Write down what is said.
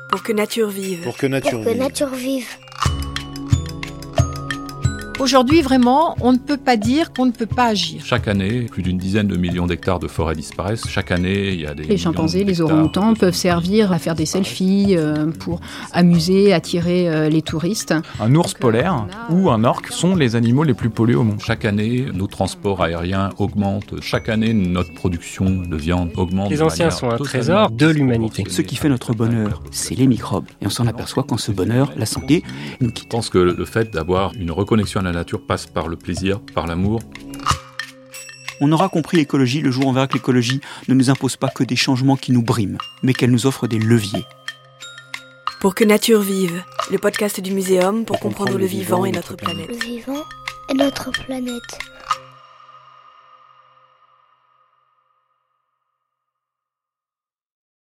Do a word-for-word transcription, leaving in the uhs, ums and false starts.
Pour que nature vive. Pour que nature Pour que vive. nature vive. Aujourd'hui, vraiment, on ne peut pas dire qu'on ne peut pas agir. Chaque année, plus d'une dizaine de millions d'hectares de forêts disparaissent. Chaque année, il y a des Les chimpanzés, les millions orang-outans d'hectares peuvent servir à faire des selfies, euh, pour amuser, attirer euh, les touristes. Un ours polaire ou un orque sont les animaux les plus pollués au monde. Chaque année, nos transports aériens augmentent. Chaque année, notre production de viande augmente. Les de anciens manière sont un totalement trésor de l'humanité. Ce qui fait notre bonheur, c'est les microbes. Et on s'en aperçoit quand ce bonheur, la santé, nous Je quitte. pense que le fait d'avoir une reconnexion à la nature passe par le plaisir, par l'amour. On aura compris l'écologie le jour où on verra que l'écologie ne nous impose pas que des changements qui nous briment, mais qu'elle nous offre des leviers. Pour que nature vive. Le podcast du Muséum pour comprendre le vivant et notre planète. Le vivant et notre planète.